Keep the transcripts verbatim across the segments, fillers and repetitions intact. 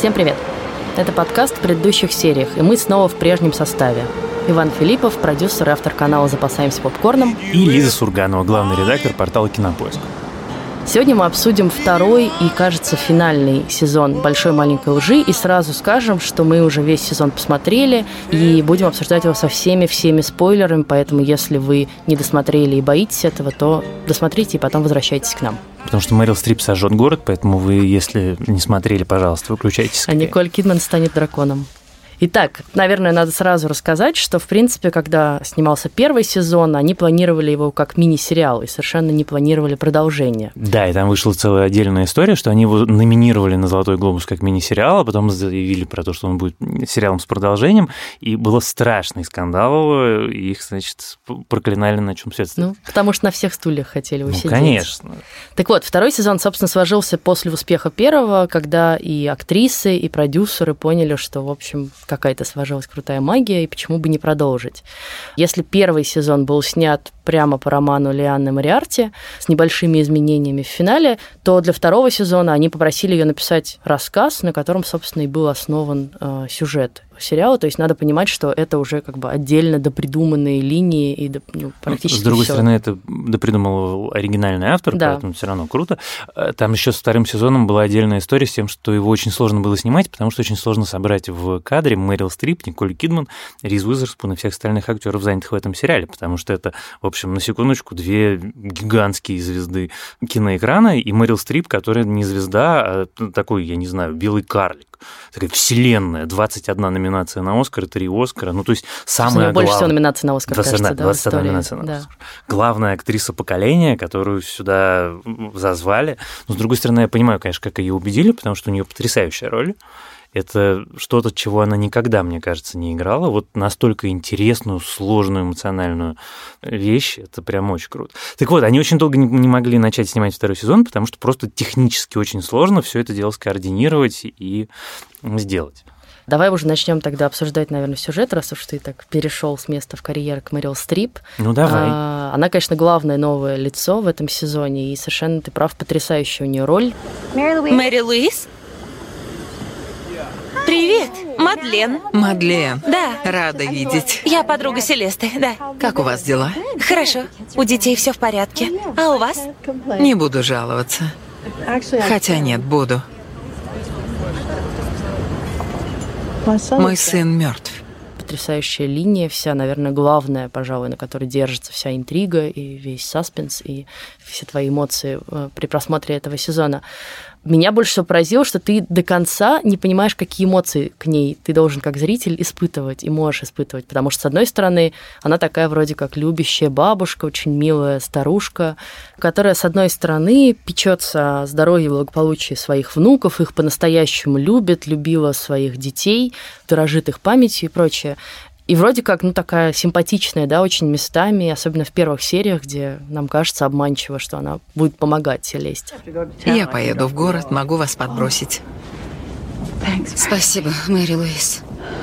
Всем привет! Это подкаст в предыдущих сериях, и мы снова в прежнем составе. Иван Филиппов, продюсер и автор канала «Запасаемся попкорном». И Лиза Сурганова, главный редактор портала «Кинопоиск». Сегодня мы обсудим второй и, кажется, финальный сезон «Большой маленькой лжи». И сразу скажем, что мы уже весь сезон посмотрели и будем обсуждать его со всеми-всеми спойлерами. Поэтому, если вы не досмотрели и боитесь этого, то досмотрите и потом возвращайтесь к нам. Потому что Мэрил Стрип сожжет город, поэтому вы, если не смотрели, пожалуйста, выключайтесь. А Николь Кидман станет драконом. Итак, наверное, надо сразу рассказать, что, в принципе, когда снимался первый сезон, они планировали его как мини-сериал и совершенно не планировали продолжение. Да, и там вышла целая отдельная история, что они его номинировали на «Золотой глобус» как мини-сериал, а потом заявили про то, что он будет сериалом с продолжением, и было страшный скандал, и их, значит, проклинали, на чем свет стоит. Ну, потому что на всех стульях хотели усидеть. Ну, конечно. Так вот, второй сезон, собственно, сложился после успеха первого, когда и актрисы, и продюсеры поняли, что, в общем, какая-то сложилась крутая магия, и почему бы не продолжить. Если первый сезон был снят прямо по роману Лианны Мориарти с небольшими изменениями в финале, то для второго сезона они попросили ее написать рассказ, на котором, собственно, и был основан э, сюжет сериала. То есть надо понимать, что это уже как бы отдельно допридуманные линии и до, ну, практически С другой всё. стороны, это допридумал оригинальный автор, да. Поэтому все равно круто. Там еще с вторым сезоном была отдельная история с тем, что его очень сложно было снимать, потому что очень сложно собрать в кадре Мэрил Стрип, Николь Кидман, Риз Уизерспун и всех остальных актеров, занятых в этом сериале, потому что это, в общем, на секундочку, две гигантские звезды киноэкрана, и Мэрил Стрип, которая не звезда, а такой, я не знаю, белый карлик. Такая вселенная, двадцать одна номинация на «Оскар», три «Оскара». Ну, то есть самая главная... Больше всего номинаций на «Оскар», кажется, да, двадцать одна номинация на да. «Оскар». Главная актриса поколения, которую сюда зазвали. Но, с другой стороны, я понимаю, конечно, как ее убедили, потому что у нее потрясающая роль. Это что-то, чего она никогда, мне кажется, не играла. Вот настолько интересную, сложную, эмоциональную вещь. Это прям очень круто. Так вот, они очень долго не могли начать снимать второй сезон, потому что просто технически очень сложно все это дело скоординировать и сделать. Давай уже начнем тогда обсуждать, наверное, сюжет, раз уж ты так перешел с места в карьеру к Мэрил Стрип. Ну, давай. А, она, конечно, главное новое лицо в этом сезоне, и совершенно, ты прав, потрясающая у нее роль. Мэри Луиз? Привет, Мадлен. Мадлен. Да. Рада видеть. Я подруга Селесты, да. Как у вас дела? Хорошо, у детей все в порядке. А у вас? Не буду жаловаться. Хотя нет, буду. Мой сын мертв. Потрясающая линия, вся, наверное, главная, пожалуй, на которой держится вся интрига и весь саспенс, и все твои эмоции при просмотре этого сезона. Меня больше всего поразило, что ты до конца не понимаешь, какие эмоции к ней ты должен как зритель испытывать и можешь испытывать. Потому что, с одной стороны, она такая вроде как любящая бабушка, очень милая старушка, которая, с одной стороны, печется о здоровье и благополучии своих внуков, их по-настоящему любит, любила своих детей, дорожит их памятью и прочее. И вроде как, ну, такая симпатичная, да, очень местами, особенно в первых сериях, где нам кажется обманчиво, что она будет помогать Селесте. Я поеду в город, могу вас подбросить. Спасибо, Мэри Луиз.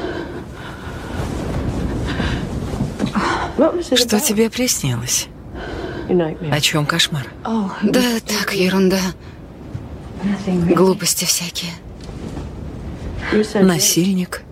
Что тебе приснилось? О чем кошмар? Да, так, ерунда. Глупости всякие. Насильник?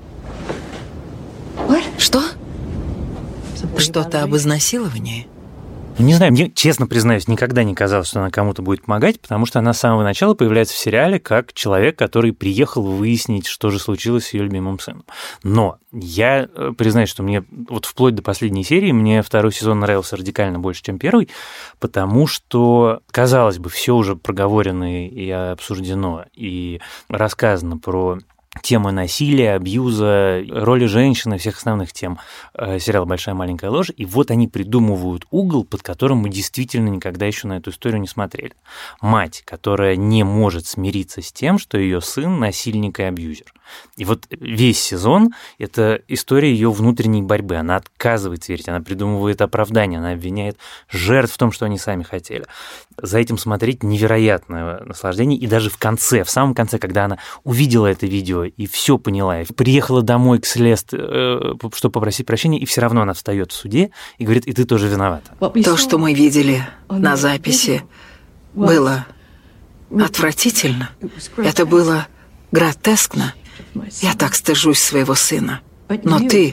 Что? Что-то об изнасиловании? Не знаю, мне, честно признаюсь, никогда не казалось, что она кому-то будет помогать, потому что она с самого начала появляется в сериале как человек, который приехал выяснить, что же случилось с ее любимым сыном. Но я признаюсь, что мне вот вплоть до последней серии мне второй сезон нравился радикально больше, чем первый, потому что, казалось бы, все уже проговорено и обсуждено, и рассказано про темы насилия, абьюза, роли женщины, всех основных тем сериала «Большая маленькая ложь». И вот они придумывают угол, под которым мы действительно никогда еще на эту историю не смотрели. Мать, которая не может смириться с тем, что ее сын насильник и абьюзер. И вот весь сезон – это история ее внутренней борьбы. Она отказывается верить, она придумывает оправдания, она обвиняет жертв в том, что они сами хотели. За этим смотреть невероятное наслаждение. И даже в конце, в самом конце, когда она увидела это видео и все поняла, и приехала домой к Селест, чтобы попросить прощения, и все равно она встает в суде и говорит: и ты тоже виновата. То, что мы видели на записи, было отвратительно. Это было гротескно. Я так стыжусь своего сына. Но ты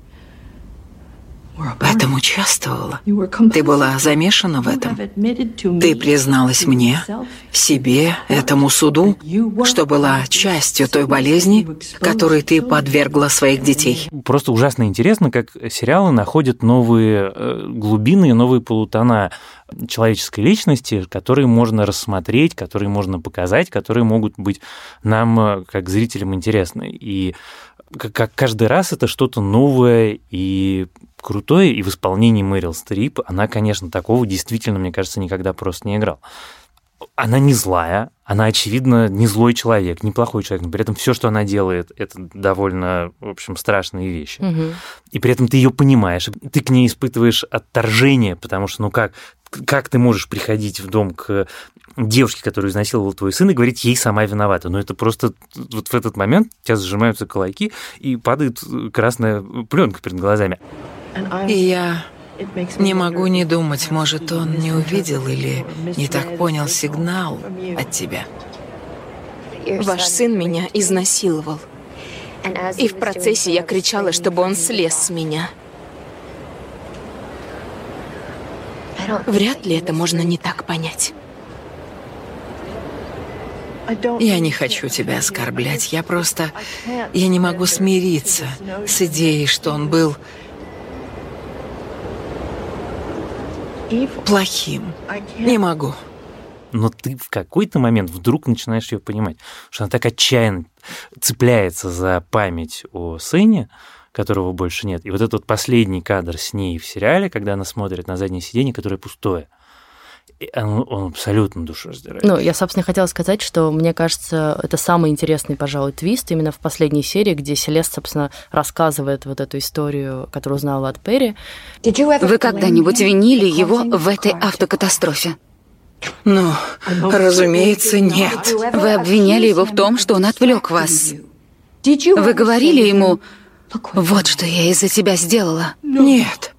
в этом участвовала. Ты была замешана в этом. Ты призналась мне, себе, этому суду, что была частью той болезни, которой ты подвергла своих детей. Просто ужасно интересно, как сериалы находят новые глубины и новые полутона человеческой личности, которые можно рассмотреть, которые можно показать, которые могут быть нам, как зрителям, интересны. И как каждый раз это что-то новое и крутое, и в исполнении Мэрил Стрип она, конечно, такого действительно, мне кажется, никогда просто не играла. Она не злая, она, очевидно, не злой человек, не плохой человек, но при этом все, что она делает, это довольно, в общем, страшные вещи. Угу. И при этом ты ее понимаешь, ты к ней испытываешь отторжение, потому что, ну как, как ты можешь приходить в дом к девушке, которую изнасиловал твой сын, и говорить, ей сама виновата. Но это просто вот в этот момент у тебя сжимаются кулаки, и падает красная пленка перед глазами. И я не могу не думать, может, он не увидел или не так понял сигнал от тебя. Ваш сын меня изнасиловал. И в процессе я кричала, чтобы он слез с меня. Вряд ли это можно не так понять. Я не хочу тебя оскорблять, я просто... Я не могу смириться с идеей, что он был плохим. Не могу. Но ты в какой-то момент вдруг начинаешь ее понимать, что она так отчаянно цепляется за память о сыне, которого больше нет. И вот этот вот последний кадр с ней в сериале, когда она смотрит на заднее сиденье, которое пустое, Он, он абсолютно душераздирает. Ну, я, собственно, хотела сказать, что, мне кажется, это самый интересный, пожалуй, твист именно в последней серии, где Селест, собственно, рассказывает вот эту историю, которую узнала от Перри. Вы когда-нибудь винили его в этой автокатастрофе? Ну, разумеется, нет. Вы обвиняли его в том, что он отвлек вас. Вы говорили ему, вот что я из-за тебя сделала? Нет.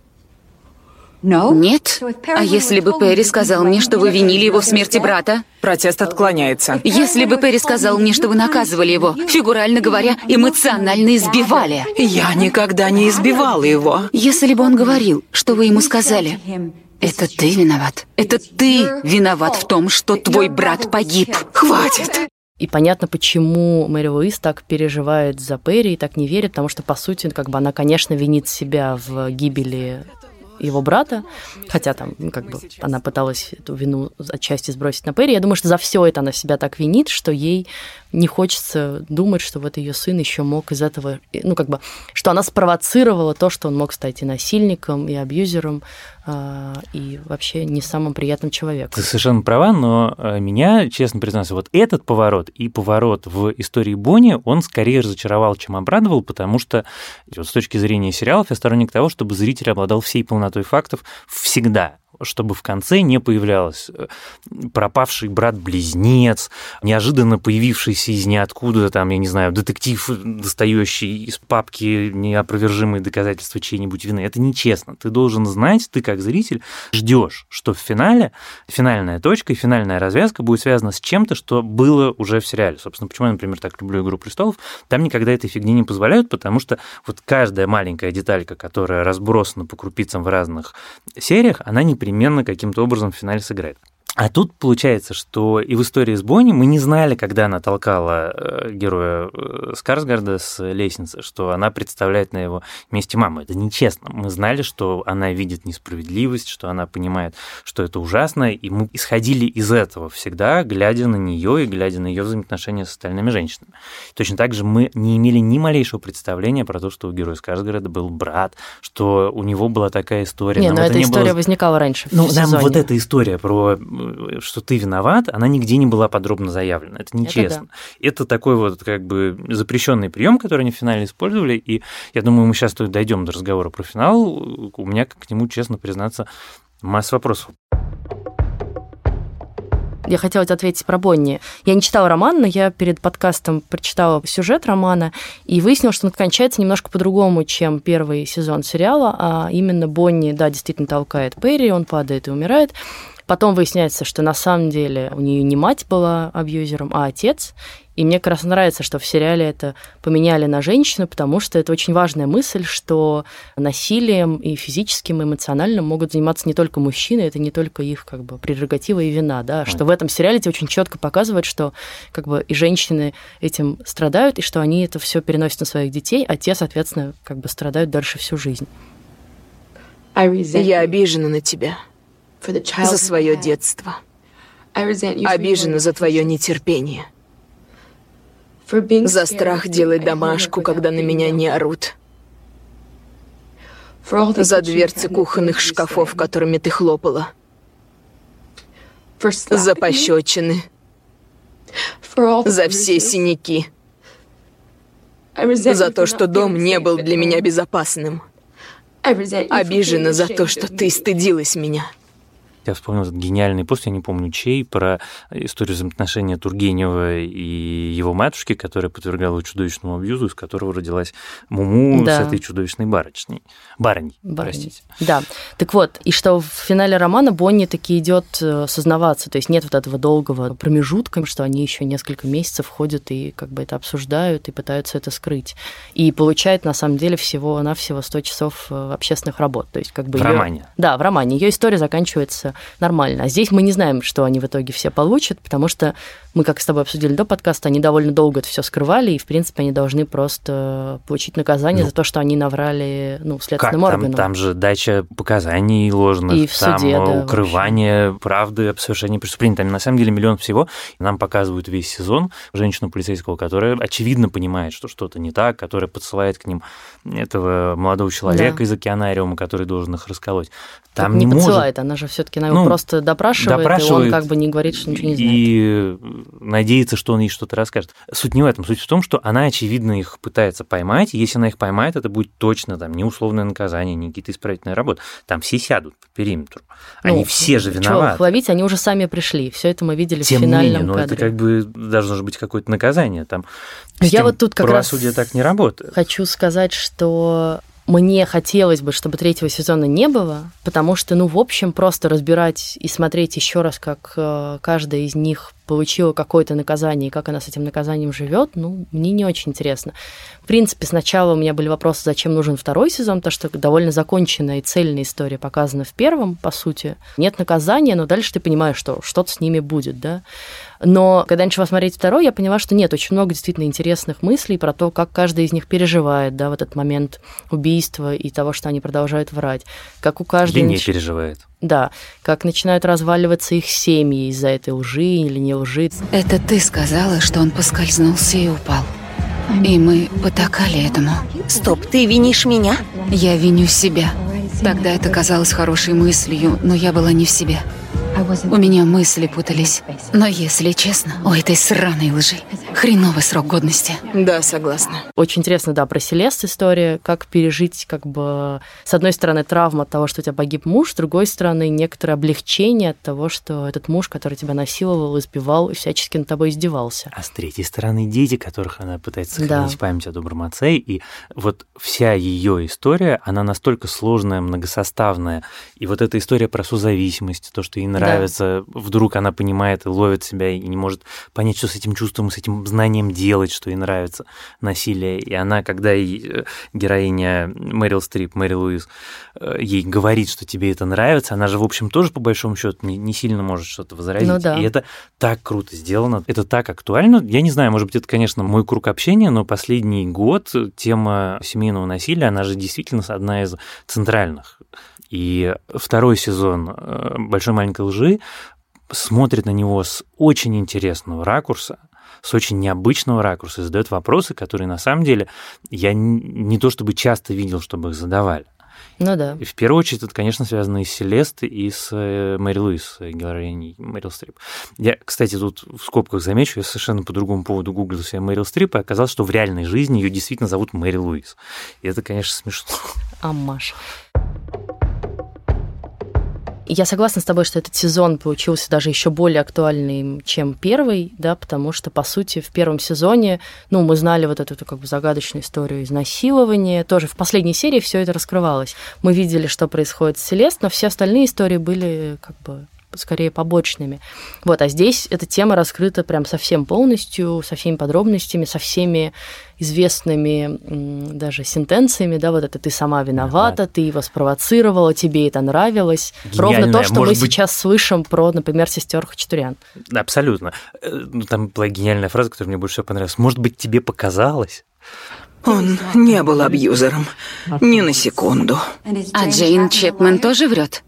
Нет? А если бы Перри сказал мне, что вы винили его в смерти брата? Протест отклоняется. Если бы Перри сказал мне, что вы наказывали его, фигурально говоря, эмоционально избивали? Я никогда не избивала его. Если бы он говорил, что вы ему сказали, это ты виноват. Это ты виноват в том, что твой брат погиб. Хватит! И понятно, почему Мэри Луиз так переживает за Перри и так не верит, потому что, по сути, как бы она, конечно, винит себя в гибели его брата, хотя там как бы она пыталась эту вину отчасти сбросить на Перри. Я думаю, что за все это она себя так винит, что ей не хочется думать, что вот ее сын еще мог из этого, ну как бы, что она спровоцировала то, что он мог стать и насильником, и абьюзером, и вообще не самым приятным человеком. Ты совершенно права, но меня, честно признаться, вот этот поворот и поворот в истории Бонни, он скорее разочаровал, чем обрадовал, потому что вот с точки зрения сериалов я сторонник того, чтобы зритель обладал всей полнотой фактов всегда, чтобы в конце не появлялся пропавший брат-близнец, неожиданно появившийся из ниоткуда, там, я не знаю, детектив, достающий из папки неопровержимые доказательства чьей-нибудь вины. Это нечестно. Ты должен знать, ты как зритель ждешь, что в финале финальная точка и финальная развязка будет связана с чем-то, что было уже в сериале. Собственно, почему я, например, так люблю «Игру престолов», там никогда этой фигни не позволяют, потому что вот каждая маленькая деталька, которая разбросана по крупицам в разных сериях, она не непременно каким-то образом в финале сыграет. А тут получается, что и в истории с Бонни мы не знали, когда она толкала героя Скарсгарда с лестницы, что она представляет на его месте маму. Это нечестно. Мы знали, что она видит несправедливость, что она понимает, что это ужасно, и мы исходили из этого всегда, глядя на нее и глядя на ее взаимоотношения с остальными женщинами. Точно так же мы не имели ни малейшего представления про то, что у героя Скарсгарда был брат, что у него была такая история. Не, но эта не история было... возникала раньше в ну, сезоне. Нам вот эта история про что ты виноват, она нигде не была подробно заявлена. Это нечестно. Это, да. Это такой вот как бы запрещенный прием, который они в финале использовали, и я думаю, мы сейчас дойдем до разговора про финал. У меня к нему, честно признаться, масса вопросов. Я хотела ответить про Бонни. Я не читала роман, но я перед подкастом прочитала сюжет романа и выяснила, что он кончается немножко по-другому, чем первый сезон сериала, а именно Бонни, да, действительно толкает Перри, он падает и умирает. Потом выясняется, что на самом деле у нее не мать была абьюзером, а отец. И мне как раз нравится, что в сериале это поменяли на женщину, потому что это очень важная мысль, что насилием и физическим, и эмоциональным могут заниматься не только мужчины, это не только их как бы прерогатива и вина, да, что в этом сериале тебе очень четко показывает, что как бы и женщины этим страдают, и что они это все переносят на своих детей, а те, соответственно, как бы страдают дальше всю жизнь. Я обижена на тебя за свое детство. Обижена за твое нетерпение. За страх делать домашку, когда на меня не орут. За дверцы кухонных шкафов, которыми ты хлопала. За пощечины. За все синяки. За то, что дом не был для меня безопасным. Обижена за то, что ты стыдилась меня. Я вспомнил этот гениальный пост, я не помню чей, про историю взаимоотношения Тургенева и его матушки, которая подвергала чудовищному абьюзу, из которого родилась Муму да. с этой чудовищной барочней. Барыней, Барыней. Простите. Да. Так вот, и что в финале романа Бонни таки идет сознаваться, то есть нет вот этого долгого промежутка, что они еще несколько месяцев ходят и как бы это обсуждают и пытаются это скрыть. И получает, на самом деле, всего-навсего сто часов общественных работ. То есть как бы в её... романе? Да, в романе. Ее история заканчивается нормально. А здесь мы не знаем, что они в итоге все получат, потому что мы, как с тобой обсудили до подкаста, они довольно долго это все скрывали, и, в принципе, они должны просто получить наказание ну, за то, что они наврали ну, следственным как? органам. Там, там же дача показаний ложных, и в там суде, да, укрывание вообще. Правды об совершении преступлений. Там на самом деле миллион всего. Нам показывают весь сезон женщину полицейского, которая очевидно понимает, что что-то не так, которая подсылает к ним этого молодого человека да. из океанариума, который должен их расколоть. Там так не, не подсылает, может... она же все-таки она его ну, просто допрашивает, допрашивает, и он как бы не говорит, что ничего не знает. И надеется, что он ей что-то расскажет. Суть не в этом. Суть в том, что она, очевидно, их пытается поймать, и если она их поймает, это будет точно там не условное наказание, не какие-то исправительные работы. Там все сядут по периметру. Они ну, все же виноваты. Чего их ловить? Они уже сами пришли. Все это мы видели Тем в финальном не менее, но кадре. Это как бы должно же быть какое-то наказание. Там Я вот тут как правосудие раз так не работает. Хочу сказать, что мне хотелось бы, чтобы третьего сезона не было, потому что, ну, в общем, просто разбирать и смотреть еще раз, как каждая из них получила какое-то наказание, и как она с этим наказанием живет, ну, мне не очень интересно. В принципе, сначала у меня были вопросы, зачем нужен второй сезон, потому что довольно законченная и цельная история показана в первом, по сути. Нет наказания, но дальше ты понимаешь, что что-то с ними будет, да. Но когда я начала смотреть второй, я поняла, что нет, очень много действительно интересных мыслей про то, как каждый из них переживает, да, в этот момент убийства и того, что они продолжают врать. Как у каждого... Или не нач... переживает. Да, как начинают разваливаться их семьи из-за этой лжи или не лжи. Это ты сказала, что он поскользнулся и упал. И мы потакали этому. Стоп, ты винишь меня? Я виню себя. Тогда это казалось хорошей мыслью, но я была не в себе. У меня мысли путались. Но если честно, у этой сраной лжи хреновый срок годности. Да, согласна. Очень интересно, да, про Селест история, как пережить, как бы, с одной стороны, травма от того, что у тебя погиб муж, с другой стороны, некоторое облегчение от того, что этот муж, который тебя насиловал, избивал и всячески над тобой издевался. А с третьей стороны, дети, которых она пытается сохранить да. память о добром отце, и вот вся ее история, она настолько сложная, многосоставная, и вот эта история про созависимость, то, что ей нравится, нравится, да. вдруг она понимает и ловит себя, и не может понять, что с этим чувством, с этим знанием делать, что ей нравится насилие. И она, когда ей, героиня Мэрил Стрип, Мэри Луис, ей говорит, что тебе это нравится, она же, в общем, тоже, по большому счету, не, не сильно может что-то возразить. Ну, да. И это так круто сделано, это так актуально. Я не знаю, может быть, это, конечно, мой круг общения, но последний год тема семейного насилия, она же действительно одна из центральных. И второй сезон «Большой маленькой лжи» смотрит на него с очень интересного ракурса, с очень необычного ракурса, и задает вопросы, которые, на самом деле, я не то чтобы часто видел, чтобы их задавали. Ну да. И в первую очередь это, конечно, связано и с Селест, и с Мэри Луис, героиней Мэрил Стрип. Я, кстати, тут в скобках замечу, я совершенно по другому поводу гуглил себе Мэрил Стрип, и оказалось, что в реальной жизни ее действительно зовут Мэри Луис. И это, конечно, смешно. Амаш. Я согласна с тобой, что этот сезон получился даже еще более актуальным, чем первый, да, потому что, по сути, в первом сезоне, ну, мы знали вот эту как бы загадочную историю изнасилования, тоже в последней серии все это раскрывалось. Мы видели, что происходит с Селест, но все остальные истории были как бы скорее побочными. Вот, а здесь эта тема раскрыта прям совсем полностью, со всеми подробностями, со всеми известными даже сентенциями, да, вот это «ты сама виновата», «ты его спровоцировала», «тебе это нравилось». Гениальная, ровно то, что мы быть... сейчас слышим про, например, сестер Хачатурян. Абсолютно. Там была гениальная фраза, которая мне больше всего понравилась. «Может быть, тебе показалось?» Он не был абьюзером ни на секунду. А Джейн Чепмен тоже врет?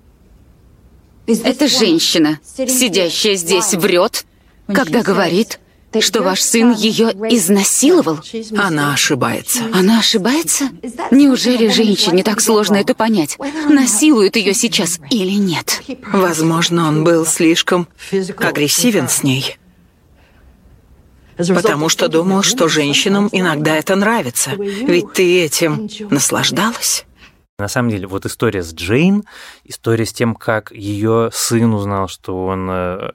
Эта женщина, сидящая здесь, врет, когда говорит, что ваш сын ее изнасиловал? Она ошибается. Она ошибается? Неужели женщине так сложно это понять? Насилуют ее сейчас или нет? Возможно, он был слишком агрессивен с ней. Потому что думал, что женщинам иногда это нравится. Ведь ты этим наслаждалась. На самом деле, вот история с Джейн, история с тем, как ее сын узнал, что он,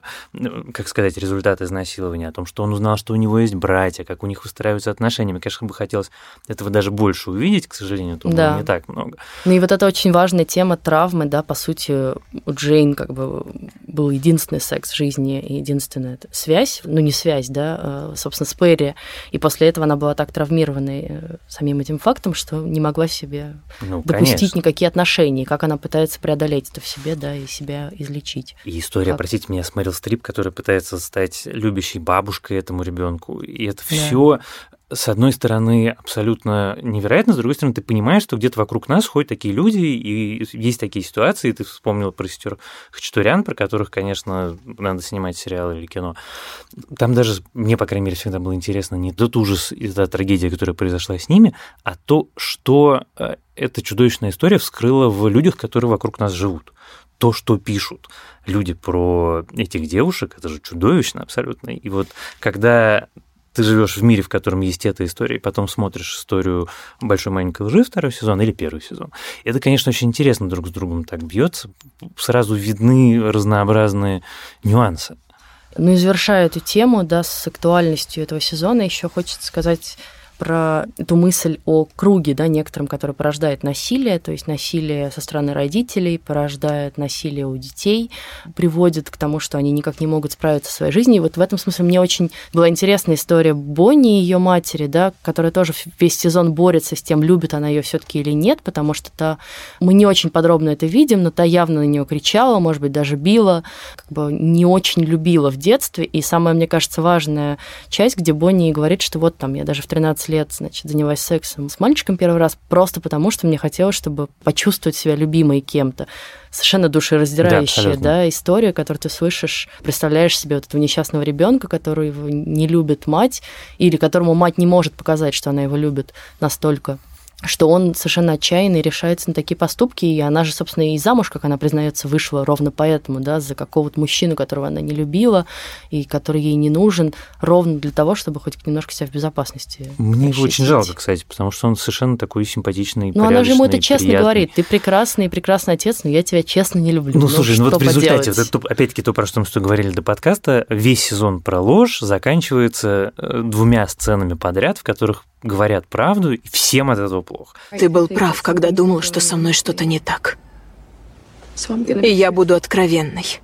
как сказать, результат изнасилования, о том, что он узнал, что у него есть братья, как у них выстраиваются отношения. Мне, конечно, бы хотелось этого даже больше увидеть, к сожалению, этого да. не так много. Ну и вот это очень важная тема травмы, да, по сути, у Джейн как бы был единственный секс в жизни и единственная связь, ну не связь, да, собственно, с Перри, и после этого она была так травмирована самим этим фактом, что не могла себе ну, допустить никакие отношения, как она пытается преодолеть это в себе, да, и себя излечить. И история, как? простите меня, я смотрел стрип, который пытается стать любящей бабушкой этому ребенку, и это да. все с одной стороны, абсолютно невероятно, с другой стороны, ты понимаешь, что где-то вокруг нас ходят такие люди, и есть такие ситуации, ты вспомнил про сестер Хачатурян, про которых, конечно, надо снимать сериалы или кино. Там даже, мне, по крайней мере, всегда было интересно не тот ужас и та трагедия, которая произошла с ними, а то, что эта чудовищная история вскрыла в людях, которые вокруг нас живут. То, что пишут люди про этих девушек, это же чудовищно абсолютно. И вот когда ты живешь в мире, в котором есть эта история, и потом смотришь историю «Большой маленькой лжи» второй сезон или первый сезон. Это, конечно, очень интересно друг с другом так бьется. Сразу видны разнообразные нюансы. Ну и завершая эту тему, да, с актуальностью этого сезона, еще хочется сказать про эту мысль о круге, да, некотором, который порождает насилие, то есть насилие со стороны родителей, порождает насилие у детей, приводит к тому, что они никак не могут справиться со своей жизнью. И вот в этом смысле мне очень была интересная история Бонни и ее матери, да, которая тоже весь сезон борется с тем, любит она ее все-таки или нет, потому что та, мы не очень подробно это видим, но та явно на нее кричала, может быть, даже била, как бы не очень любила в детстве. И самая, мне кажется, важная часть, где Бонни говорит, что вот там я даже в тринадцать лет, значит, занялась сексом с мальчиком первый раз, просто потому, что мне хотелось, чтобы почувствовать себя любимой кем-то. Совершенно душераздирающая, да, да, история, которую ты слышишь, представляешь себе вот этого несчастного ребенка, который его не любит мать, или которому мать не может показать, что она его любит настолько, что он совершенно отчаянный решается на такие поступки, и она же, собственно, и замуж, как она признается, вышла ровно поэтому, да, за какого-то мужчину, которого она не любила, и который ей не нужен, ровно для того, чтобы хоть немножко себя в безопасности Мне его очень жалко, кстати, потому что он совершенно такой симпатичный, порядочный. Ну, она же ему это честно приятный. говорит, ты прекрасный, прекрасный отец, но я тебя честно не люблю. Ну, ну слушай, ну вот в результате, вот это, опять-таки, то, про что мы с тобой говорили до подкаста, весь сезон про ложь заканчивается двумя сценами подряд, в которых говорят правду, и всем от этого плохо. Ты был прав, когда думал, что со мной что-то не так. И я буду откровенной.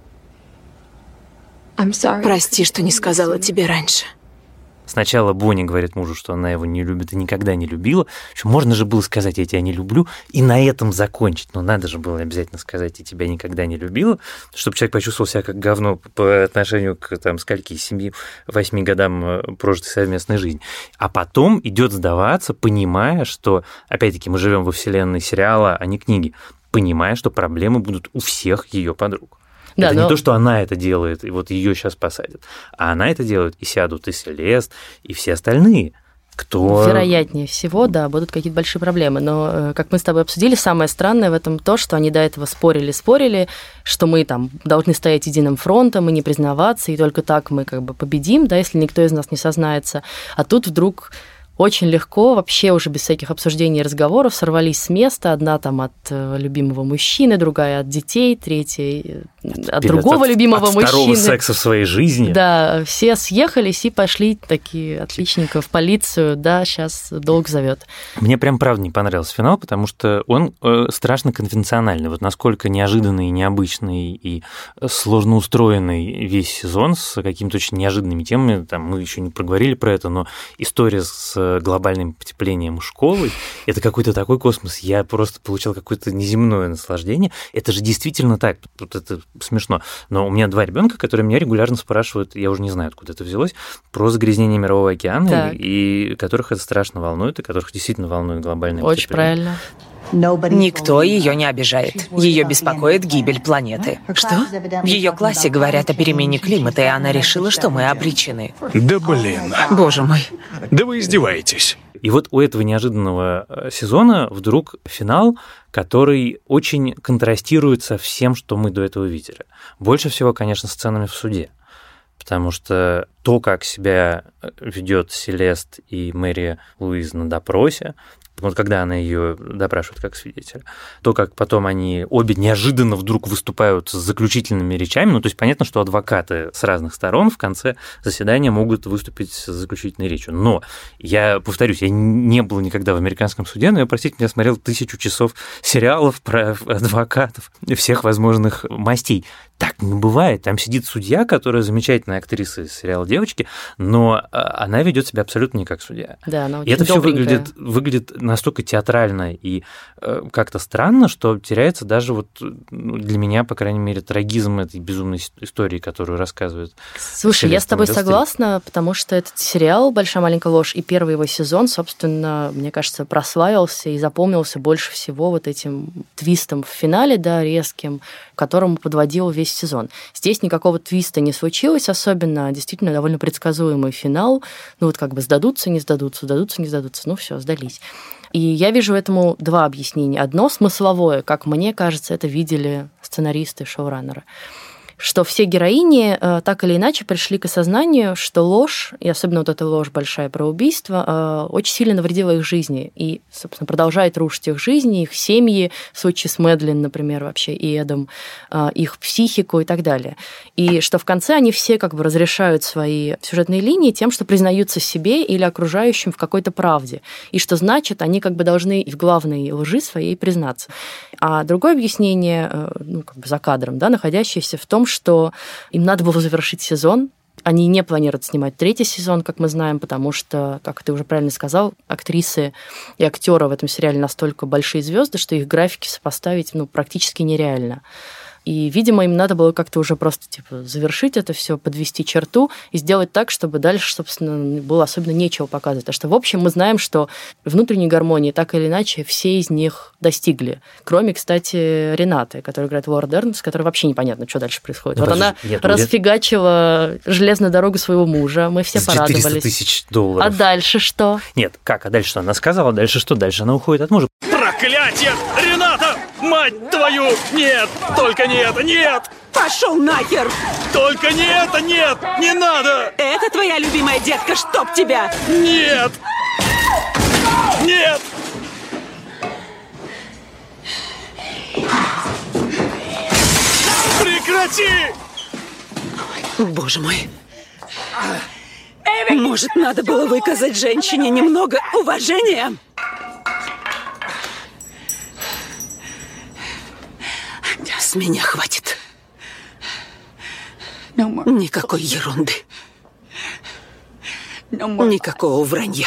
Прости, что не сказала тебе раньше. Сначала Бонни говорит мужу, что она его не любит и никогда не любила. Еще можно же было сказать «я тебя не люблю» и на этом закончить. Но надо же было обязательно сказать «я тебя никогда не любила», чтобы человек почувствовал себя как говно по отношению к там, скольки, семи-восьми годам прожитой совместной жизни. А потом идет сдаваться, понимая, что, опять-таки, мы живем во вселенной сериала, а не книги, понимая, что проблемы будут у всех ее подруг. Да, это но... не то, что она это делает, и вот ее сейчас посадят, а она это делает, и сядут и Селест, и все остальные, кто... Вероятнее всего, да, будут какие-то большие проблемы, но, как мы с тобой обсудили, самое странное в этом то, что они до этого спорили-спорили, что мы там должны стоять единым фронтом и не признаваться, и только так мы как бы победим, да, если никто из нас не сознается, а тут вдруг... очень легко, вообще уже без всяких обсуждений и разговоров, сорвались с места. Одна там от любимого мужчины, другая от детей, третья от Перед другого от, любимого от мужчины. От второго секса в своей жизни. Да, все съехались и пошли такие отличненько в полицию. Да, сейчас долг зовет. Мне прям правда не понравился финал, потому что он э, страшно конвенциональный. Вот насколько неожиданный, необычный и сложно устроенный весь сезон с какими-то очень неожиданными темами. Там мы еще не проговорили про это, но история с глобальным потеплением школы, это какой-то такой космос. Я просто получал какое-то неземное наслаждение. Это же действительно так. Тут это смешно. Но у меня два ребенка, которые меня регулярно спрашивают, я уже не знаю, откуда это взялось, про загрязнение Мирового океана, так. и которых это страшно волнует, и которых действительно волнует глобальное Очень потепление. правильно. Никто ее не обижает. Ее беспокоит гибель планеты. Что? В ее классе говорят о перемене климата, и она решила, что мы обречены. Да блин. Боже мой. Да вы издеваетесь. И вот у этого неожиданного сезона вдруг финал, который очень контрастирует со всем, что мы до этого видели. Больше всего, конечно, сценами в суде. Потому что то, как себя ведет Селест и Мэри Луиз на допросе, вот когда она ее допрашивает как свидетеля, то, как потом они обе неожиданно вдруг выступают с заключительными речами, ну, то есть понятно, что адвокаты с разных сторон в конце заседания могут выступить с заключительной речью. Но я повторюсь, я не был никогда в американском суде, но я, простите, я смотрел тысячу часов сериалов про адвокатов всех возможных мастей. Так не бывает. Там сидит судья, которая замечательная актриса из сериала «Девочки», но она ведет себя абсолютно не как судья. Да, она очень и это все добренькая. выглядит, выглядит настолько театрально и как-то странно, что теряется даже вот для меня, по крайней мере, трагизм этой безумной истории, которую рассказывает. Слушай, я с тобой согласна, потому что этот сериал «Большая маленькая ложь» и первый его сезон, собственно, мне кажется, прославился и запомнился больше всего вот этим твистом в финале, да, резким, к которому подводил весь сезон. Здесь никакого твиста не случилось, особенно действительно довольно предсказуемый финал. Ну вот как бы сдадутся, не сдадутся, сдадутся, не сдадутся. Ну все, сдались. И я вижу этому два объяснения. Одно смысловое, как мне кажется, это видели сценаристы, шоураннеры, что все героини э, так или иначе пришли к осознанию, что ложь, и особенно вот эта ложь большая про убийство, э, очень сильно навредила их жизни и, собственно, продолжает рушить их жизни, их семьи, в случае с Мэдлин, например, вообще, и Эдом, э, их психику и так далее. И что в конце они все как бы разрешают свои сюжетные линии тем, что признаются себе или окружающим в какой-то правде. И что значит, они как бы должны и в главной лжи своей признаться. А другое объяснение, э, ну, как бы за кадром, да, находящееся в том, что им надо было завершить сезон. Они не планируют снимать третий сезон, как мы знаем, потому что, как ты уже правильно сказал, актрисы и актеры в этом сериале настолько большие звезды, что их графики сопоставить ну, практически нереально. И, видимо, им надо было как-то уже просто типа завершить это все, подвести черту и сделать так, чтобы дальше, собственно, было особенно нечего показывать. Потому что, в общем, мы знаем, что внутренней гармонии так или иначе все из них достигли. Кроме, кстати, Ренаты, которая играет Лора Дерн, с которой вообще непонятно, что дальше происходит. Ну, вот она нет, расфигачила нет. железную дорогу своего мужа, мы все порадовались. четыреста тысяч долларов. А дальше что? Нет, как? А дальше что? Она сказала, дальше что? Дальше она уходит от мужа. Проклятие! Рената! Мать твою! Нет! Только не это! Нет! Пошел нахер! Только не это! Нет! Не надо! Это твоя любимая детка, чтоб тебя! Нет! Нет! Прекрати! Боже мой! Может, надо было выказать женщине немного уважения? С меня хватит. Никакой ерунды. Никакого вранья.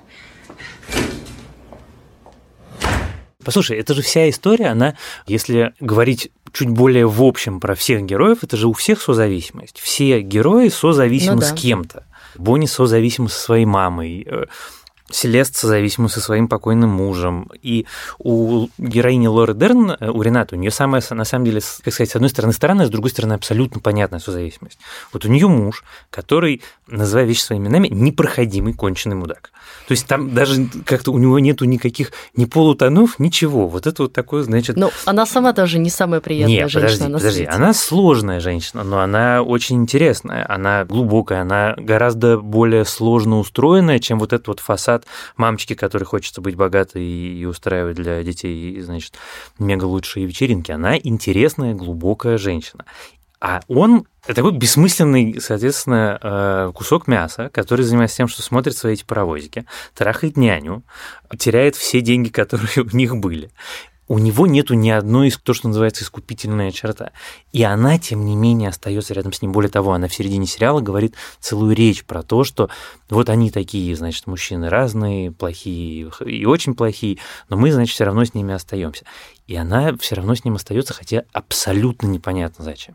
Послушай, это же вся история, она, если говорить чуть более в общем про всех героев, это же у всех созависимость. Все герои созависимы ну, да. с кем-то. Бонни созависима со своей мамой, Селест созависима со своим покойным мужем. И у героини Лоры Дерн, у Ренаты, у нее самая, на самом деле, как сказать, с одной стороны странная, с другой стороны абсолютно понятная созависимость. Вот у нее муж, который, называя вещи своими именами, непроходимый конченый мудак. То есть там даже как-то у него нету никаких ни полутонов, ничего. Вот это вот такое, значит... Ну, она сама тоже не самая приятная Нет, женщина подожди, на подожди. свете. Она сложная женщина, но она очень интересная, она глубокая, она гораздо более сложно устроенная, чем вот этот вот фасад сад мамочки, которой хочется быть богатой и устраивать для детей, значит, мега лучшие вечеринки. Она интересная, глубокая женщина. А он такой бессмысленный, соответственно, кусок мяса, который занимается тем, что смотрит свои эти паровозики, трахает няню, теряет все деньги, которые у них были. У него нету ни одной, то, что называется, искупительная черта. И она, тем не менее, остается рядом с ним. Более того, она в середине сериала говорит целую речь про то, что вот они такие, значит, мужчины разные, плохие и очень плохие, но мы, значит, все равно с ними остаемся. И она все равно с ним остается, хотя абсолютно непонятно зачем.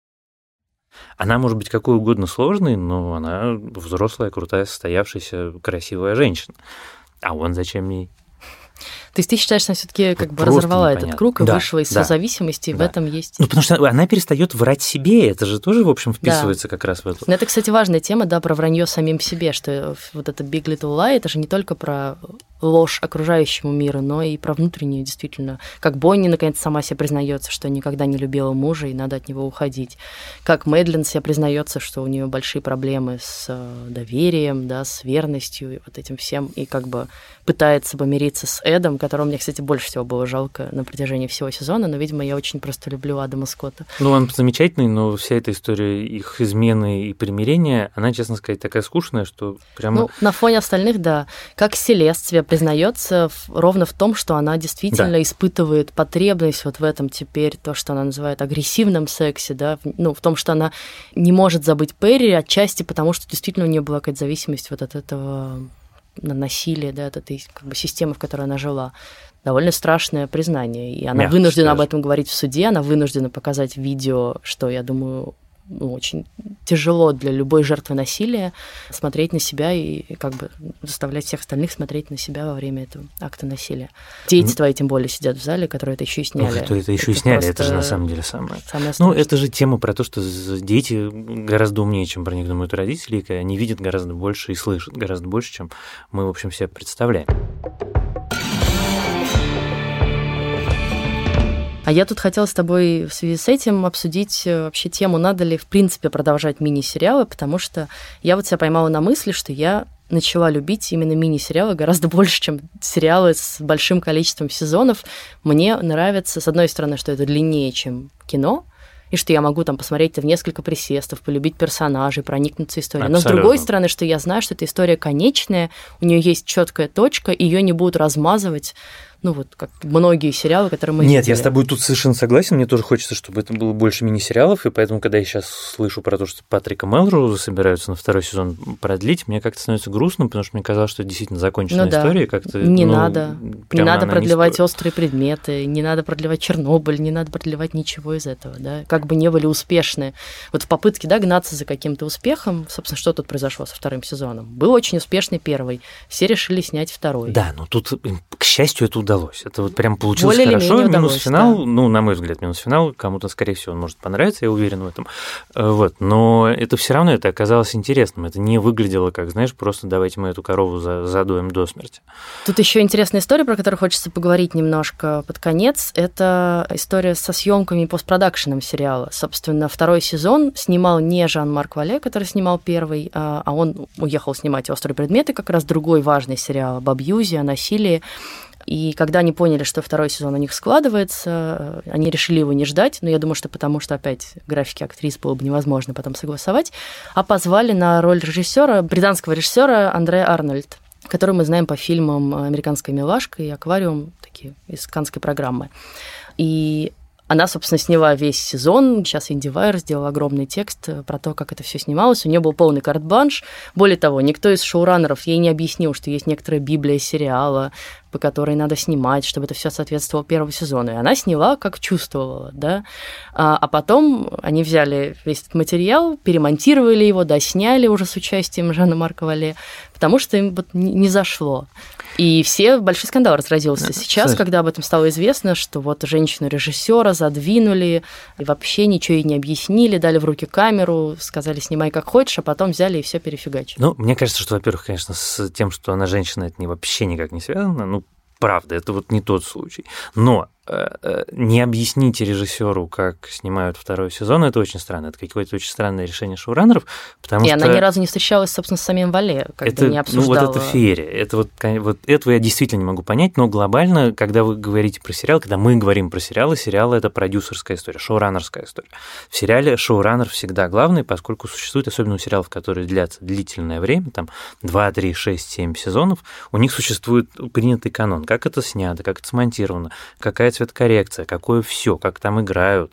Она может быть какой угодно сложной, но она взрослая, крутая, состоявшаяся, красивая женщина. А он зачем ей? То есть ты считаешь, что она все-таки как бы разорвала непонятно. Этот круг и да, вышла из да, созависимости, и да. в этом есть... Ну, потому что она перестает врать себе, это же тоже, в общем, вписывается да. как раз в это. Но это, кстати, важная тема, да, про вранье самим себе, что вот это Big Little Lie, это же не только про ложь окружающему миру, но и про внутреннюю, действительно. Как Бонни, наконец, сама себе признается, что никогда не любила мужа, и надо от него уходить. Как Мэдлин себе признается, что у нее большие проблемы с доверием, да, с верностью, и вот этим всем, и как бы пытается помириться с Эдом, которого мне, кстати, больше всего было жалко на протяжении всего сезона, но, видимо, я очень просто люблю Адама Скотта. Ну, он замечательный, но вся эта история их измены и примирения, она, честно сказать, такая скучная, что прямо... Ну, на фоне остальных, да. Как Селест себе признается ровно в том, что она действительно да. испытывает потребность вот в этом теперь, то, что она называет агрессивным сексе, да, ну, в том, что она не может забыть Перри, отчасти потому, что действительно у нее была какая-то зависимость вот от этого насилия, да, от этой как бы системы, в которой она жила. Довольно страшное признание, и она Мягко вынуждена скажешь. Об этом говорить в суде, она вынуждена показать видео, что, я думаю, ну, очень тяжело для любой жертвы насилия смотреть на себя и как бы заставлять всех остальных смотреть на себя во время этого акта насилия. Дети твои, тем более, сидят в зале, которые это еще и сняли. Ох, это, это еще и сняли, это же на самом деле самое. самое ну, это же тема про то, что дети гораздо умнее, чем про них думают родители, и они видят гораздо больше и слышат гораздо больше, чем мы, в общем, себе представляем. А я тут хотела с тобой в связи с этим обсудить вообще тему, надо ли, в принципе, продолжать мини-сериалы, потому что я вот себя поймала на мысли, что я начала любить именно мини-сериалы гораздо больше, чем сериалы с большим количеством сезонов. Мне нравится, с одной стороны, что это длиннее, чем кино, и что я могу там посмотреть это в несколько присестов, полюбить персонажей, проникнуться историей. Абсолютно. Но с другой стороны, что я знаю, что эта история конечная, у нее есть четкая точка, ее не будут размазывать, ну вот как многие сериалы, которые мы Нет, видели. я с тобой тут совершенно согласен, мне тоже хочется, чтобы это было больше мини-сериалов, и поэтому, когда я сейчас слышу про то, что Патрика Мелроуза собираются на второй сезон продлить, мне как-то становится грустно, потому что мне казалось, что это действительно законченная ну, да. история. Как-то, не ну, надо, не надо продлевать не острые предметы, не надо продлевать Чернобыль, не надо продлевать ничего из этого, да, как бы не были успешны. Вот в попытке, да, гнаться за каким-то успехом, собственно, что тут произошло со вторым сезоном? Был очень успешный первый, все решили снять второй. Да, но тут, к счастью, это удалось. Это вот прям получилось более хорошо. Минус удалось, финал, да. ну, на мой взгляд, минус финал, кому-то, скорее всего, он может понравиться, я уверен в этом. Вот. Но это все равно это оказалось интересным. Это не выглядело как, знаешь, просто давайте мы эту корову задуем до смерти. Тут еще интересная история, про которую хочется поговорить немножко под конец. Это история со съемками и постпродакшеном сериала. Собственно, второй сезон снимал не Жан-Марк Вале, который снимал первый, а он уехал снимать «Острые предметы», как раз другой важный сериал об абьюзе, о насилии. И когда они поняли, что второй сезон у них складывается, они решили его не ждать, но я думаю, что потому что опять графики актрис было бы невозможно потом согласовать, а позвали на роль режиссера, британского режиссера Андреа Арнольд, который мы знаем по фильмам «Американская милашка» и «Аквариум», такие из каннской программы. И она, собственно, сняла весь сезон. Сейчас Инди Вайер сделал огромный текст про то, как это все снималось. У нее был полный карт-бланш. Более того, никто из шоураннеров ей не объяснил, что есть некоторая библия сериала, по которой надо снимать, чтобы это все соответствовало первому сезону. И она сняла, как чувствовала, да. А, а потом они взяли весь этот материал, перемонтировали его, досняли уже с участием Жана-Марка Вале, потому что им вот не зашло. И все, большой скандал разразился сейчас, когда об этом стало известно, что вот женщину-режиссера задвинули, и вообще ничего ей не объяснили, дали в руки камеру, сказали, снимай как хочешь, а потом взяли и все перефигачили. Ну, мне кажется, что, во-первых, конечно, с тем, что она женщина, это вообще никак не связано. Ну, правда, это вот не тот случай. Но не объясните режиссеру, как снимают второй сезон, это очень странно. Это какое-то очень странное решение шоураннеров, потому и что... она ни разу не встречалась, собственно, с самим Вале, как это, бы не обсуждала. Ну, вот это феерия. Это вот, вот этого я действительно не могу понять, но глобально, когда вы говорите про сериал, когда мы говорим про сериалы, сериалы — это продюсерская история, шоураннерская история. В сериале шоураннер всегда главный, поскольку существует, особенно у сериалов, которые длятся длительное время, там два, три, шесть, семь сезонов, у них существует принятый канон, как это снято, как это смонтировано, какая цветокоррекция, какое все, как там играют.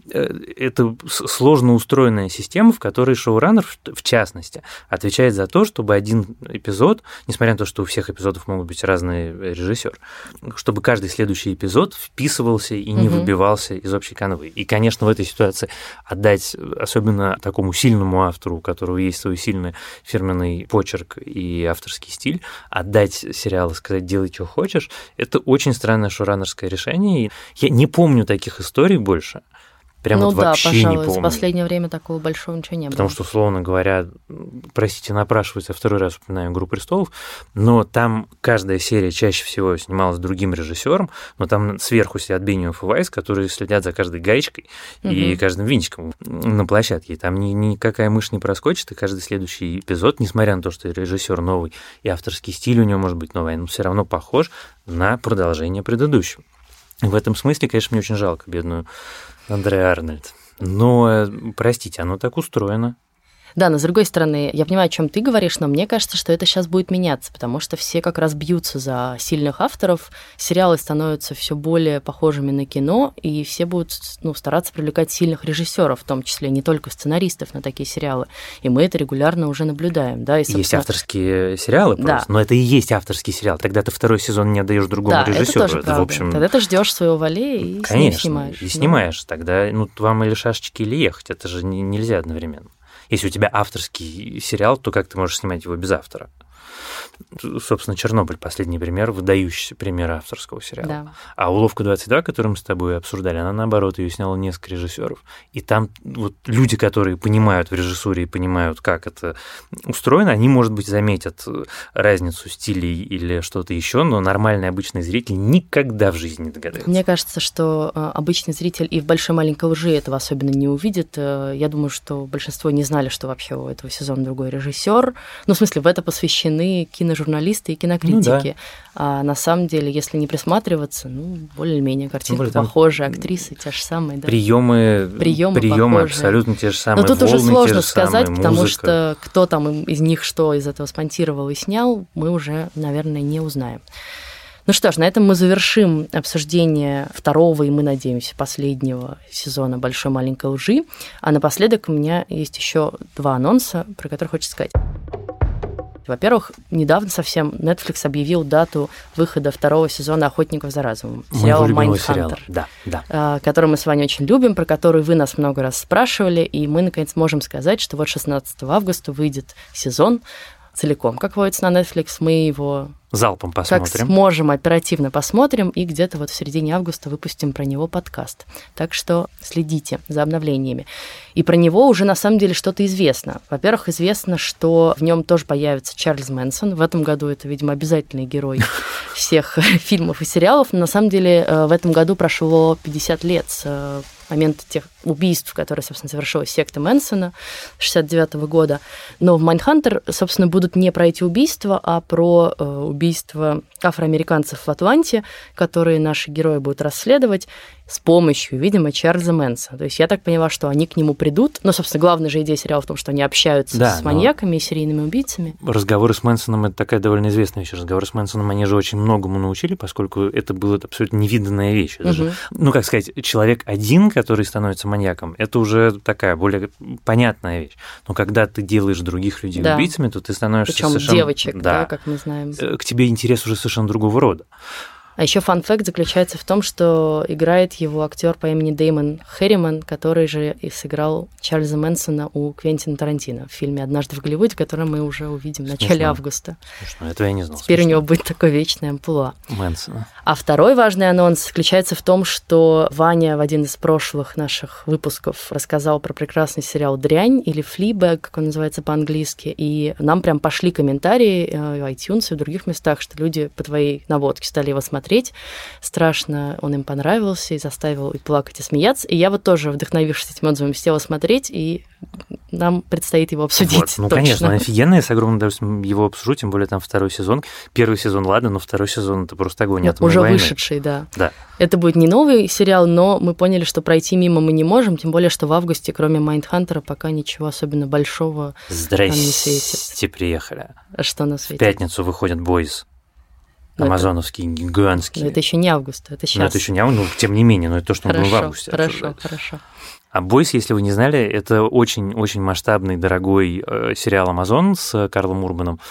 Это сложно устроенная система, в которой шоураннер, в частности, отвечает за то, чтобы один эпизод, несмотря на то, что у всех эпизодов могут быть разные режиссеры, чтобы каждый следующий эпизод вписывался и не угу. выбивался из общей канвы. И, конечно, в этой ситуации отдать особенно такому сильному автору, у которого есть свой сильный фирменный почерк и авторский стиль, отдать сериал и сказать «делай, что хочешь», это очень странное шоураннерское решение. И я не помню таких историй больше. Прям ну вот да, вообще пожалуй, не помню. В последнее время такого большого ничего не было. Потому что, условно говоря, простите, напрашивается, второй раз упоминаю «Игру престолов», но там каждая серия чаще всего снималась другим режиссером, но там сверху сидят Бениофф и Вайс, которые следят за каждой гаечкой угу. и каждым винтиком на площадке. Там ни, никакая мышь не проскочит, и каждый следующий эпизод, несмотря на то, что режиссер новый и авторский стиль у него может быть новый, он все равно похож на продолжение предыдущего. В этом смысле, конечно, мне очень жалко бедную Андреа Арнольд. Но, простите, оно так устроено. Да, но с другой стороны, я понимаю, о чем ты говоришь, но мне кажется, что это сейчас будет меняться, потому что все как раз бьются за сильных авторов, сериалы становятся все более похожими на кино, и все будут ну, стараться привлекать сильных режиссеров, в том числе не только сценаристов на такие сериалы. И мы это регулярно уже наблюдаем. Да, и, собственно... Есть авторские сериалы просто, да. Но это и есть авторский сериал. Тогда ты второй сезон не отдаешь другому да, режиссеру. Это тоже правда. В общем... Тогда ты ждешь своего Вале и Конечно, с ним снимаешь. И снимаешь. Да. Тогда ну, вам или шашечки, или ехать. Это же не, нельзя одновременно. Если у тебя авторский сериал, то как ты можешь снимать его без автора? Собственно, «Чернобыль» – последний пример, выдающийся пример авторского сериала. Да. А «Уловка двадцать два», которую мы с тобой обсуждали, она, наоборот, ее сняла несколько режиссеров. И там вот люди, которые понимают в режиссуре и понимают, как это устроено, они, может быть, заметят разницу стилей или что-то еще, но нормальный обычный зритель никогда в жизни не догадается. Мне кажется, что обычный зритель и в «Большой маленькой лжи» этого особенно не увидит. Я думаю, что большинство не знали, что вообще у этого сезона другой режиссер. Ну, в смысле, в это посвящены киножурналисты и кинокритики. Ну, да. А на самом деле, если не присматриваться, ну, более-менее картинка ну, похожая, актрисы те же самые. Да? Приемы, приемы, приемы абсолютно те же самые. Но тут волны, уже сложно те сказать, самые, потому музыка. Что кто там из них что из этого спонтировал и снял, мы уже, наверное, не узнаем. Ну что ж, на этом мы завершим обсуждение второго и, мы надеемся, последнего сезона «Большой маленькой лжи». А напоследок у меня есть еще два анонса, про которые хочется сказать. Во-первых, недавно совсем Netflix объявил дату выхода второго сезона «Охотников за разумом». Сериала «Майндхантер», да, да. который мы с вами очень любим, про который вы нас много раз спрашивали, и мы, наконец, можем сказать, что вот шестнадцатого августа выйдет сезон целиком, как водится на Netflix. Мы его... залпом посмотрим. Как сможем, оперативно посмотрим, и где-то вот в середине августа выпустим про него подкаст. Так что следите за обновлениями. И про него уже на самом деле что-то известно. Во-первых, известно, что в нем тоже появится Чарльз Мэнсон. В этом году это, видимо, обязательный герой всех фильмов и сериалов. Но на самом деле в этом году прошло пятьдесят лет с момента тех убийств, которые, собственно, совершила секта Мэнсона шестьдесят девятого года. Но в «Майндхантер», собственно, будут не про эти убийства, а про убийства афроамериканцев в Атланте, которые наши герои будут расследовать с помощью, видимо, Чарльза Мэнсона. То есть я так поняла, что они к нему придут. Ну, собственно, главная же идея сериала в том, что они общаются да, с маньяками и серийными убийцами. Разговоры с Мэнсоном – это такая довольно известная вещь. Разговоры с Мэнсоном, они же очень многому научили, поскольку это была абсолютно невиданная вещь. Даже, угу. Ну, как сказать, человек один, который становится маньяком, это уже такая более понятная вещь. Но когда ты делаешь других людей да. убийцами, то ты становишься Причем совершенно... девочек, да, да, как мы знаем. К тебе интерес уже совершенно другого рода. А еще фан-факт заключается в том, что играет его актер по имени Дэймон Хэрриман, который же и сыграл Чарльза Мэнсона у Квентина Тарантино в фильме «Однажды в Голливуде», который мы уже увидим в начале Смешно. августа. Смешно. Этого я не знал. Теперь Смешно. у него будет такое вечное амплуа. Мэнсона. А второй важный анонс заключается в том, что Ваня в один из прошлых наших выпусков рассказал про прекрасный сериал «Дрянь» или «Флибэг», как он называется по-английски, и нам прям пошли комментарии в iTunes и в других местах, что люди по твоей наводке стали его смотреть, смотреть. Страшно, он им понравился и заставил и плакать, и смеяться. И я вот тоже, вдохновившись этим отзывом, села смотреть, и нам предстоит его обсудить. Вот. Ну, точно. Конечно, он офигенный, я с огромным удовольствием его обсужу, тем более там второй сезон. Первый сезон, ладно, но второй сезон – это просто огонь атомной Уже войны. вышедший, да. Да. Это будет не новый сериал, но мы поняли, что пройти мимо мы не можем, тем более, что в августе, кроме Майндхантера, пока ничего особенно большого нам не светит. Здрасте, приехали. А что на свете? В пятницу выходит «Бойз». Амазоновский, это... гигантский. Но это еще не август, это сейчас. Но это еще не август, но тем не менее, но это то, что хорошо, мы будем в августе Хорошо, обсуждать. хорошо. А «Бойс», если вы не знали, это очень-очень масштабный, дорогой э, сериал «Амазон» с Карлом Урбаном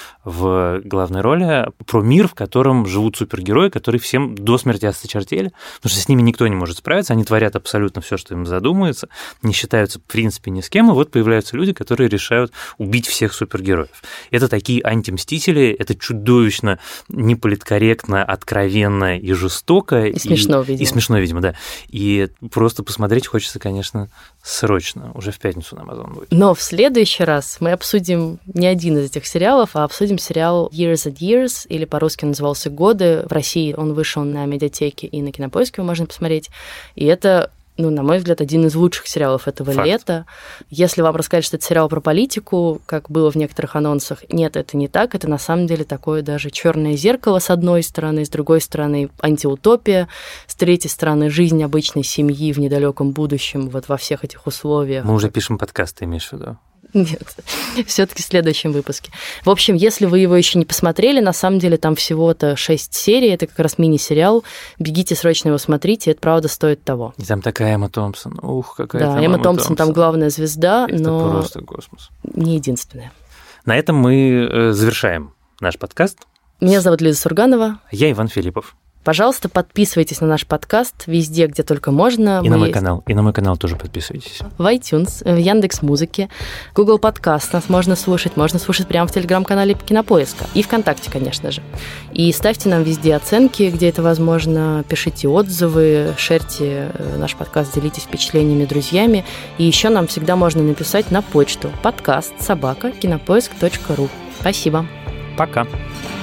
в главной роли про мир, в котором живут супергерои, которые всем до смерти осточертели, потому что с ними никто не может справиться, они творят абсолютно все, что им задумается, не считаются в принципе ни с кем, и вот появляются люди, которые решают убить всех супергероев. Это такие антимстители, это чудовищно неполиткорректно, откровенно и жестоко. И, и смешно, видимо. И смешно, видимо, да. И просто посмотреть хочется, конечно, срочно, уже в пятницу на Amazon будет. Но в следующий раз мы обсудим не один из этих сериалов, а обсудим сериал Years and Years, или по-русски назывался «Годы». В России он вышел на Медиатеке и на Кинопоиске, его можно посмотреть. И это, ну, на мой взгляд, один из лучших сериалов этого Факт. лета. Если вам рассказать, что это сериал про политику, как было в некоторых анонсах, нет, это не так. Это на самом деле такое даже черное зеркало с одной стороны, с другой стороны антиутопия, с третьей стороны жизнь обычной семьи в недалеком будущем, вот во всех этих условиях. Мы уже пишем подкасты, имеешь в виду? Нет, все-таки в следующем выпуске. В общем, если вы его еще не посмотрели, на самом деле там всего-то шесть серий, это как раз мини-сериал. Бегите, срочно его смотрите, это правда стоит того. И там такая Эмма Томпсон. Ух, какая да, там Эмма Эмма Томпсон, Томпсон там главная звезда, это но просто космос. Не единственная. На этом мы завершаем наш подкаст. Меня зовут Лиза Сурганова. Я Иван Филиппов. Пожалуйста, подписывайтесь на наш подкаст везде, где только можно. И Мы на мой есть... канал. И на мой канал тоже подписывайтесь. В iTunes, в Яндекс.Музыке, Google Подкаст нас можно слушать. Можно слушать прямо в телеграм-канале Кинопоиска. И ВКонтакте, конечно же. И ставьте нам везде оценки, где это возможно. Пишите отзывы, шерьте наш подкаст, делитесь впечатлениями друзьями. И еще нам всегда можно написать на почту подкаст собака кинопоиск точка ру. Спасибо. Пока.